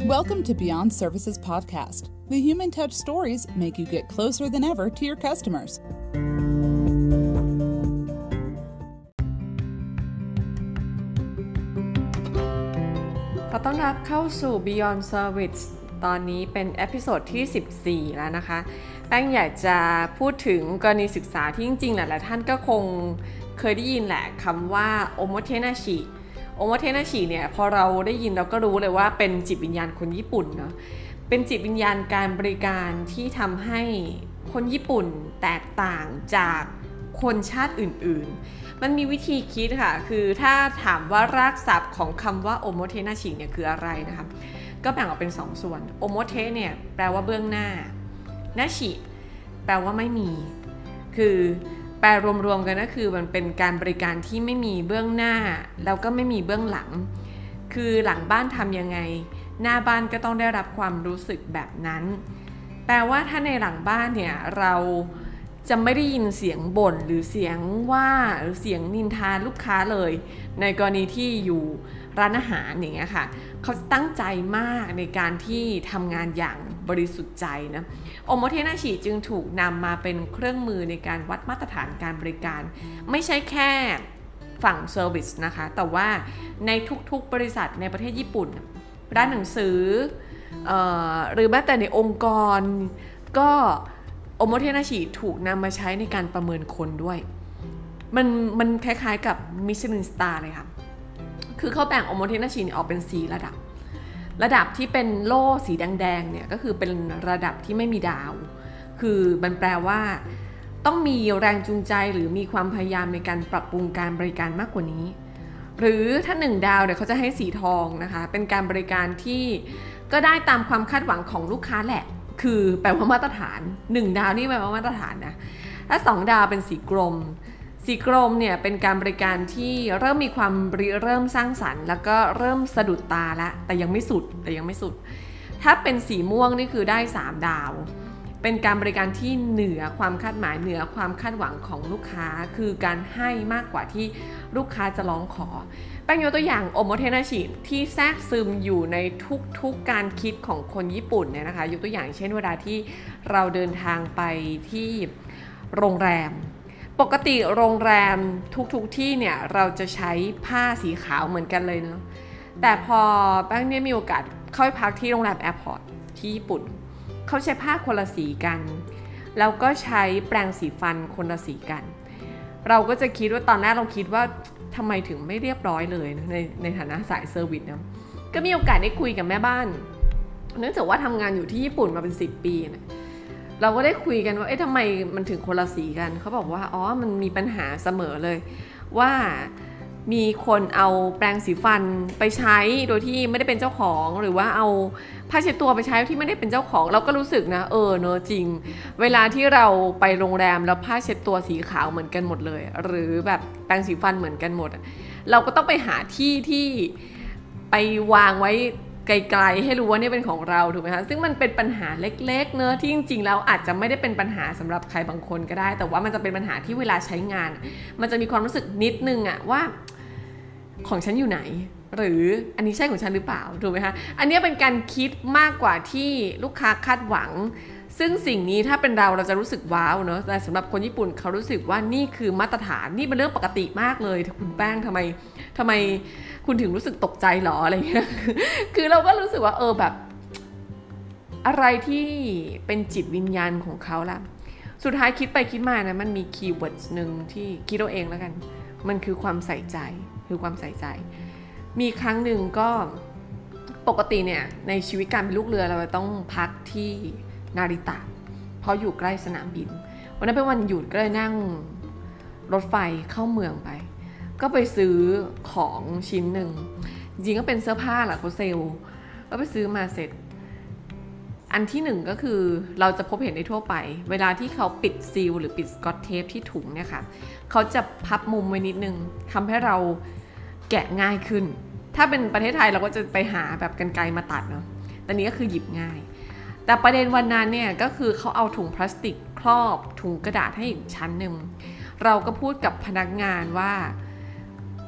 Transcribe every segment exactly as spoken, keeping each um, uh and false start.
Welcome to Beyond Services Podcast. The human touch stories make you get closer than ever to your customers. ขอต้อนรับเข้าสู่ Beyond Service ตอนนี้เป็นเอพิโซดที่สิบสี่แล้วนะคะแป้งอยากจะพูดถึงกรณีศึกษาที่จริงๆหลายๆท่านก็คงเคยได้ยินแหละคำว่าโอโมเทนาชิโอโมเทนาชิเนี่ยพอเราได้ยินเราก็รู้เลยว่าเป็นจิตวิญญาณคนญี่ปุ่นเนาะเป็นจิตวิญญาณการบริการที่ทำให้คนญี่ปุ่นแตกต่างจากคนชาติอื่นๆมันมีวิธีคิดค่ะคือถ้าถามว่ารากศัพท์ของคำว่าโอโมเทนาชิเนี่ยคืออะไรนะคะก็แบ่งออกเป็นสองส่วนโอโมเทเนี่ยแปลว่าเบื้องหน้านาชิแปลว่าไม่มีคือแปลรวมๆกันก็คือมันเป็นการบริการที่ไม่มีเบื้องหน้าแล้วก็ไม่มีเบื้องหลังคือหลังบ้านทำยังไงหน้าบ้านก็ต้องได้รับความรู้สึกแบบนั้นแปลว่าถ้าในหลังบ้านเนี่ยเราจะไม่ได้ยินเสียงบ่นหรือเสียงว่าหรือเสียงนินทาลูกค้าเลยในกรณีที่อยู่ร้านอาหารอย่างเงี้ยค่ะเขาตั้งใจมากในการที่ทำงานอย่างบริสุทธิ์ใจนะโอโมเทนาชิจึงถูกนำมาเป็นเครื่องมือในการวัดมาตรฐานการบริการไม่ใช่แค่ฝั่งเซอร์วิสนะคะแต่ว่าในทุกๆบริษัทในประเทศญี่ปุ่นร้านหนังสือเอ่อหรือแม้แต่ในองค์กรก็โอโมเทนาชิถูกนำมาใช้ในการประเมินคนด้วยมันมันคล้ายๆกับมิชลินสตาร์เลยค่ะคือเขาแบ่งโอโมเทนาชิออกเป็นสี่ระดับระดับที่เป็นโล่สีแดงๆเนี่ยก็คือเป็นระดับที่ไม่มีดาวคือมันแปลว่าต้องมีแรงจูงใจหรือมีความพยายามในการปรับปรุงการบริการมากกว่านี้หรือถ้าหนึ่งดาวเนี่ยเขาจะให้สีทองนะคะเป็นการบริการที่ก็ได้ตามความคาดหวังของลูกค้าแหละคือแปลว่ามาตรฐานหนึ่งดาวนี่แปลว่ามาตรฐานนะถ้าสองดาวเป็นสีกรมสีกรมเนี่ยเป็นการบริการที่เริ่มมีความริเริ่มสร้างสรรค์แล้วก็เริ่มสะดุดตาแล้วแต่ยังไม่สุดแต่ยังไม่สุดถ้าเป็นสีม่วงนี่คือได้สามดาวเป็นการบริการที่เหนือความคาดหมายเหนือความคาดหวังของลูกค้าคือการให้มากกว่าที่ลูกค้าจะร้องขอแป้งยกตัวอย่างโอโมเทนาชิที่แทรกซึมอยู่ในทุกๆการคิดของคนญี่ปุ่นเนี่ยนะคะยกตัวอย่างเช่นเวลาที่เราเดินทางไปที่โรงแรมปกติโรงแรมทุกๆที่เนี่ยเราจะใช้ผ้าสีขาวเหมือนกันเลยเนาะแต่พอแป้งเนี่ยมีโอกาสเข้าไปพักที่โรงแรมแอร์พอร์ตที่ญี่ปุ่นเขาใช้ผ้าคนละสีกันแล้วก็ใช้แปรงสีฟันคนละสีกันเราก็จะคิดว่าตอนแรกเราคิดว่าทำไมถึงไม่เรียบร้อยเลยในในฐานะสายเซอร์วิสนะก็มีโอกาสได้คุยกับแม่บ้านเนื่องจากว่าทำงานอยู่ที่ญี่ปุ่นมาเป็นสิบปีนะเราก็ได้คุยกันว่าเอ๊ะทำไมมันถึงคนละสีกันเขาบอกว่าอ๋อมันมีปัญหาเสมอเลยว่ามีคนเอาแปรงสีฟันไปใช้โดยที่ไม่ได้เป็นเจ้าของหรือว่าเอาผ้าเช็ดตัวไปใช้ที่ไม่ได้เป็นเจ้าของเราก็รู้สึกนะเออเนอะจริงเวลาที่เราไปโรงแรมแล้วผ้าเช็ดตัวสีขาวเหมือนกันหมดเลยหรือแบบแปรงสีฟันเหมือนกันหมดเราก็ต้องไปหาที่ที่ไปวางไว้ไกลๆให้รู้ว่านี่เป็นของเราถูกไหมคะซึ่งมันเป็นปัญหาเล็กๆเนอะที่จริงๆแล้วอาจจะไม่ได้เป็นปัญหาสำหรับใครบางคนก็ได้แต่ว่ามันจะเป็นปัญหาที่เวลาใช้งานมันจะมีความรู้สึกนิดนึงอะว่าของฉันอยู่ไหนหรืออันนี้ใช่ของฉันหรือเปล่าถูกไหมคะอันนี้เป็นการคิดมากกว่าที่ลูกค้าคาดหวังซึ่งสิ่งนี้ถ้าเป็นเราเราจะรู้สึกว้าวเนอะแต่สำหรับคนญี่ปุ่นเขารู้สึกว่านี่คือมาตรฐานนี่เป็นเรื่องปกติมากเลยคุณแป้งทำไมทำไมคุณถึงรู้สึกตกใจหรออะไรเงี้ยคือเราก็รู้สึกว่าเออแบบอะไรที่เป็นจิตวิญญาณของเขาล่ะสุดท้ายคิดไปคิดมานะมันมีคีย์เวิร์ดนึงที่คิดเอาเองแล้วกันมันคือความใส่ใจคือความใส่ใจมีครั้งหนึ่งก็ปกติเนี่ยในชีวิตการเป็นลูกเรือเราต้องพักที่นาริตะเพราะอยู่ใกล้สนามบินวันนั้นเป็นวันหยุดก็เลยนั่งรถไฟเข้าเมืองไปก็ไปซื้อของชิ้นหนึ่งจริงๆก็เป็นเสื้อผ้าแหละเขาเซลล์ก็ไปซื้อมาเสร็จอันที่หนึ่งก็คือเราจะพบเห็นได้ทั่วไปเวลาที่เขาปิดซีลหรือปิดสกอตเทปที่ถุงเนี่ยค่ะเขาจะพับมุมไว้นิดนึงทำให้เราแกะง่ายขึ้นถ้าเป็นประเทศไทยเราก็จะไปหาแบบกรรไกรมาตัดเนาะแต่นี้ก็คือหยิบง่ายแต่ประเด็นวันนั้นเนี่ยก็คือเขาเอาถุงพลาสติกครอบถุงกระดาษให้อีกชั้นหนึ่งเราก็พูดกับพนักงานว่า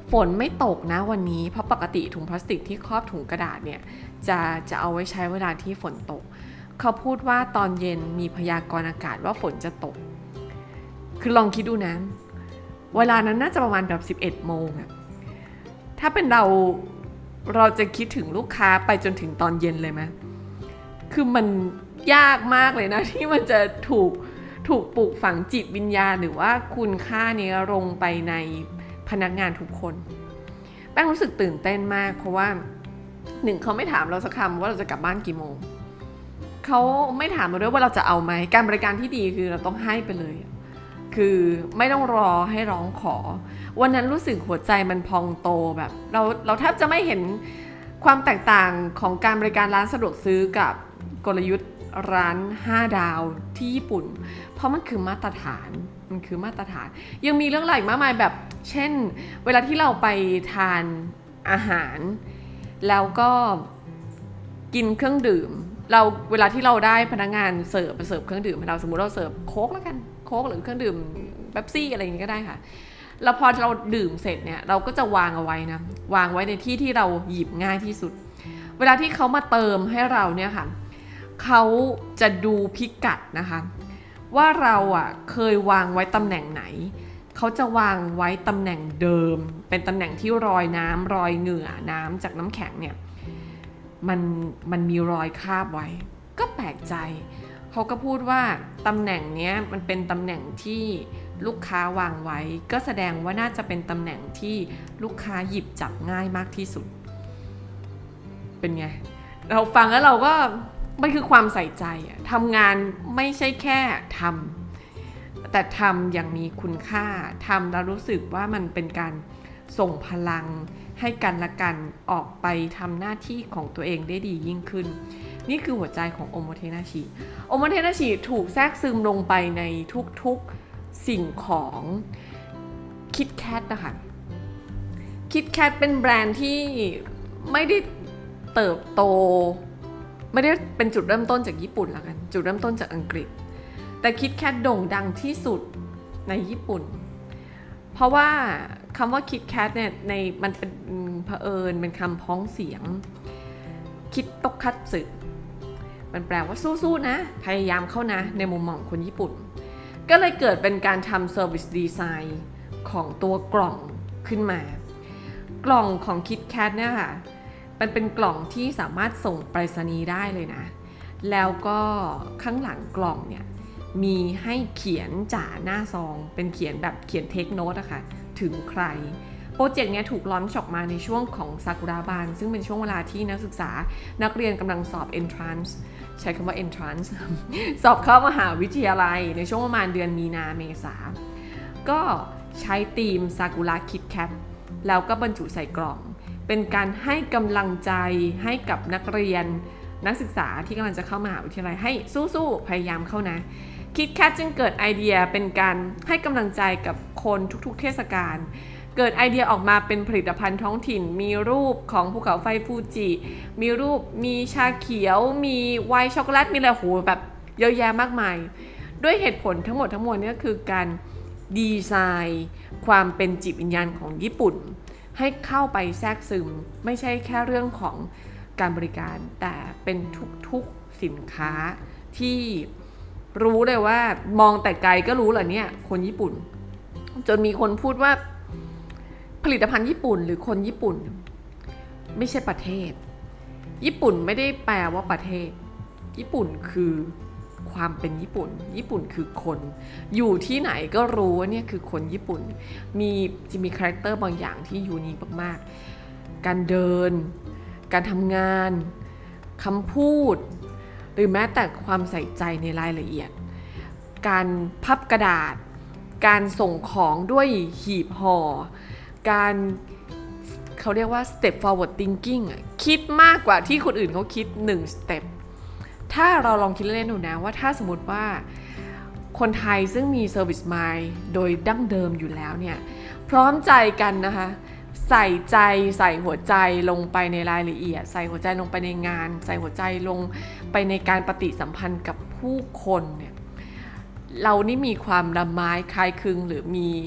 ฝนไม่ตกนะวันนี้เพราะปกติถุงพลาสติกที่ครอบถุงกระดาษเนี่ยจะจะเอาไว้ใช้เวลาที่ฝนตกเขาพูดว่าตอนเย็นมีพยากรณ์อากาศว่าฝนจะตกคือลองคิดดูนะเวลานั้นน่าจะประมาณแบบสิบเอ็ดโมงอะถ้าเป็นเราเราจะคิดถึงลูกค้าไปจนถึงตอนเย็นเลยไหมคือมันยากมากเลยนะที่มันจะถูกถูกปลูกฝังจิตวิญญาณหรือว่าคุณค่านี้ลงไปในพนักงานทุกคนแป้งรู้สึกตื่นเต้นมากเพราะว่าหนึ่งเขาไม่ถามเราสักคำว่าเราจะกลับบ้านกี่โมงเขาไม่ถามเราด้วยว่าเราจะเอาไหมการบริการที่ดีคือเราต้องให้ไปเลยคือไม่ต้องรอให้ร้องขอวันนั้นรู้สึกหัวใจมันพองโตแบบเราเราแทบจะไม่เห็นความแตกต่างของการบริการร้านสะดวกซื้อกับกลยุทธ์ร้านห้าดาวที่ญี่ปุ่นเพราะมันคือมาตรฐานมันคือมาตรฐานยังมีเรื่องอะไรอีกมากมายแบบเช่นเวลาที่เราไปทานอาหารแล้วก็กินเครื่องดื่มเราเวลาที่เราได้พนักงานเสิร์ฟเสิร์ฟเครื่องดื่มให้เราสมมุติเราเสิร์ฟโค้กแล้วกันโค้กหรือเครื่องดื่มเป๊ปซี่อะไรอย่างงี้ก็ได้ค่ะแล้วพอเราดื่มเสร็จเนี่ยเราก็จะวางเอาไว้นะวางไว้ในที่ที่เราหยิบง่ายที่สุดเวลาที่เขามาเติมให้เราเนี่ยค่ะเขาจะดูพิกัดนะคะว่าเราอ่ะเคยวางไว้ตำแหน่งไหนเขาจะวางไว้ตำแหน่งเดิมเป็นตำแหน่งที่รอยน้ำรอยเหงื่อน้ำจากน้ำแข็งเนี่ยมันมันมีรอยคราบไว้ก็แปลกใจเขาก็พูดว่าตำแหน่งเนี้ยมันเป็นตำแหน่งที่ลูกค้าวางไว้ก็แสดงว่าน่าจะเป็นตำแหน่งที่ลูกค้าหยิบจับง่ายมากที่สุดเป็นไงเราฟังแล้วเราก็มันคือความใส่ใจอะทำงานไม่ใช่แค่ทำแต่ทำอย่างมีคุณค่าทำแล้วรู้สึกว่ามันเป็นการส่งพลังให้กันและกันออกไปทำหน้าที่ของตัวเองได้ดียิ่งขึ้นนี่คือหัวใจของโอโมเทนาชิโอโมเทนาชิถูกแทรกซึมลงไปในทุกๆสิ่งของคิดแคทนะคะคิดแคทเป็นแบรนด์ที่ไม่ได้เติบโตไม่ได้เป็นจุดเริ่มต้นจากญี่ปุ่นละกันจุดเริ่มต้นจากอังกฤษแต่คิดแคทโด่งดังที่สุดในญี่ปุ่นเพราะว่าคำว่าคิดแคทเนี่ยในมันเป็นเผอิญเป็นคำพ้องเสียงคิดตกคัตสึมันแปลว่าสู้ๆนะพยายามเข้านะในมุมมองคนญี่ปุ่นก็เลยเกิดเป็นการทำเซอร์วิสดีไซน์ของตัวกล่องขึ้นมากล่องของคิดแคทเนี่ยค่ะมันเป็นกล่องที่สามารถส่งไปรษณีย์ได้เลยนะแล้วก็ข้างหลังกล่องเนี่ยมีให้เขียนจ่าหน้าซองเป็นเขียนแบบเขียนเทคโนตอะค่ะถึงใครโปรเจกต์นี้ถูกลอนช์ออกมาในช่วงของซากุระบานซึ่งเป็นช่วงเวลาที่นักศึกษานักเรียนกำลังสอบ entrance ใช้คำว่า entrance สอบเข้ามหาวิทยาลัยในช่วงประมาณเดือนมีนาเมษาก็ใช้ธีมซากุระคิดแคทแล้วก็บรรจุใส่กล่องเป็นการให้กำลังใจให้กับนักเรียนนักศึกษาที่กำลังจะเข้ามหาวิทยาลัยให้สู้ๆพยายามเข้านะคิดแคทจึงเกิดไอเดียเป็นการให้กำลังใจกับคนทุกๆเทศกาลเกิดไอเดียออกมาเป็นผลิตภัณฑ์ท้องถิ่นมีรูปของภูเขาไฟฟูจิมีรูปมีชาเขียวมีไวน์ช็อกโกแลตมีอะไรโหแบบเยอะแยะมากมายด้วยเหตุผลทั้งหมดทั้งมวลนี้ก็คือการดีไซน์ความเป็นจิตวิญญาณของญี่ปุ่นให้เข้าไปแทรกซึมไม่ใช่แค่เรื่องของการบริการแต่เป็นทุกๆสินค้าที่รู้เลยว่ามองแต่ไกลก็รู้แหละเนี่ยคนญี่ปุ่นจนมีคนพูดว่าผลิตภัณฑ์ญี่ปุ่นหรือคนญี่ปุ่นไม่ใช่ประเทศญี่ปุ่นไม่ได้แปลว่าประเทศญี่ปุ่นคือความเป็นญี่ปุ่นญี่ปุ่นคือคนอยู่ที่ไหนก็รู้ว่าเนี่ยคือคนญี่ปุ่นมีจะมีคาแรคเตอร์บางอย่างที่ยูนิคมากๆการเดินการทำงานคำพูดหรือแม้แต่ความใส่ใจในรายละเอียดการพับกระดาษการส่งของด้วยหีบห่อการเขาเรียกว่า step forward thinking คิดมากกว่าที่คนอื่นเขาคิดหนึ่ง step ถ้าเราลองคิดเล่นๆดูนะว่าถ้าสมมติว่าคนไทยซึ่งมี service mind โดยดั้งเดิมอยู่แล้วเนี่ยพร้อมใจกันนะคะใส่ใจใส่หัวใจลงไปในรายละเอียดใส่หัวใจลงไปในงานใส่หัวใจลงไปในการปฏิสัมพันธ์กับผู้คนเนี่ยเรานี่มีความละไม้คล้ายคลึงหรือมี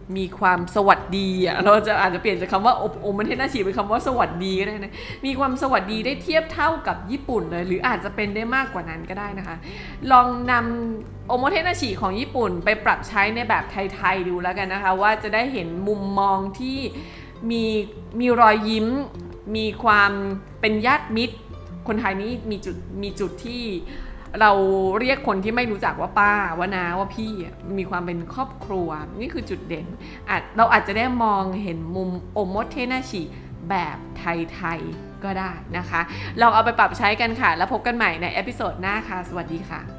มีความสวัสดีอ่ะเราจะอาจจะเปลี่ยนจากคำว่าโอโมเทนาชิเป็นคำว่าสวัสดีก็ได้นะมีความสวัสดีได้เทียบเท่ากับญี่ปุ่นเลยหรืออาจจะเป็นได้มากกว่านั้นก็ได้นะคะลองนำโอโมเทนาชิของญี่ปุ่นไปปรับใช้ในแบบไทยๆดูแล้วกันนะคะว่าจะได้เห็นมุมมองที่มีมีรอยยิ้มมีความเป็นญาติมิตรคนไทยนี้มีจุดมีจุดที่เราเรียกคนที่ไม่รู้จักว่าป้าว่าน้าว่าพี่มีความเป็นครอบครัวนี่คือจุดเด่นอาจเราอาจจะได้มองเห็นมุมโอโมเทนาชิแบบไทยๆก็ได้นะคะลองเอาไปปรับใช้กันค่ะแล้วพบกันใหม่ในเอพิโซดหน้าค่ะสวัสดีค่ะ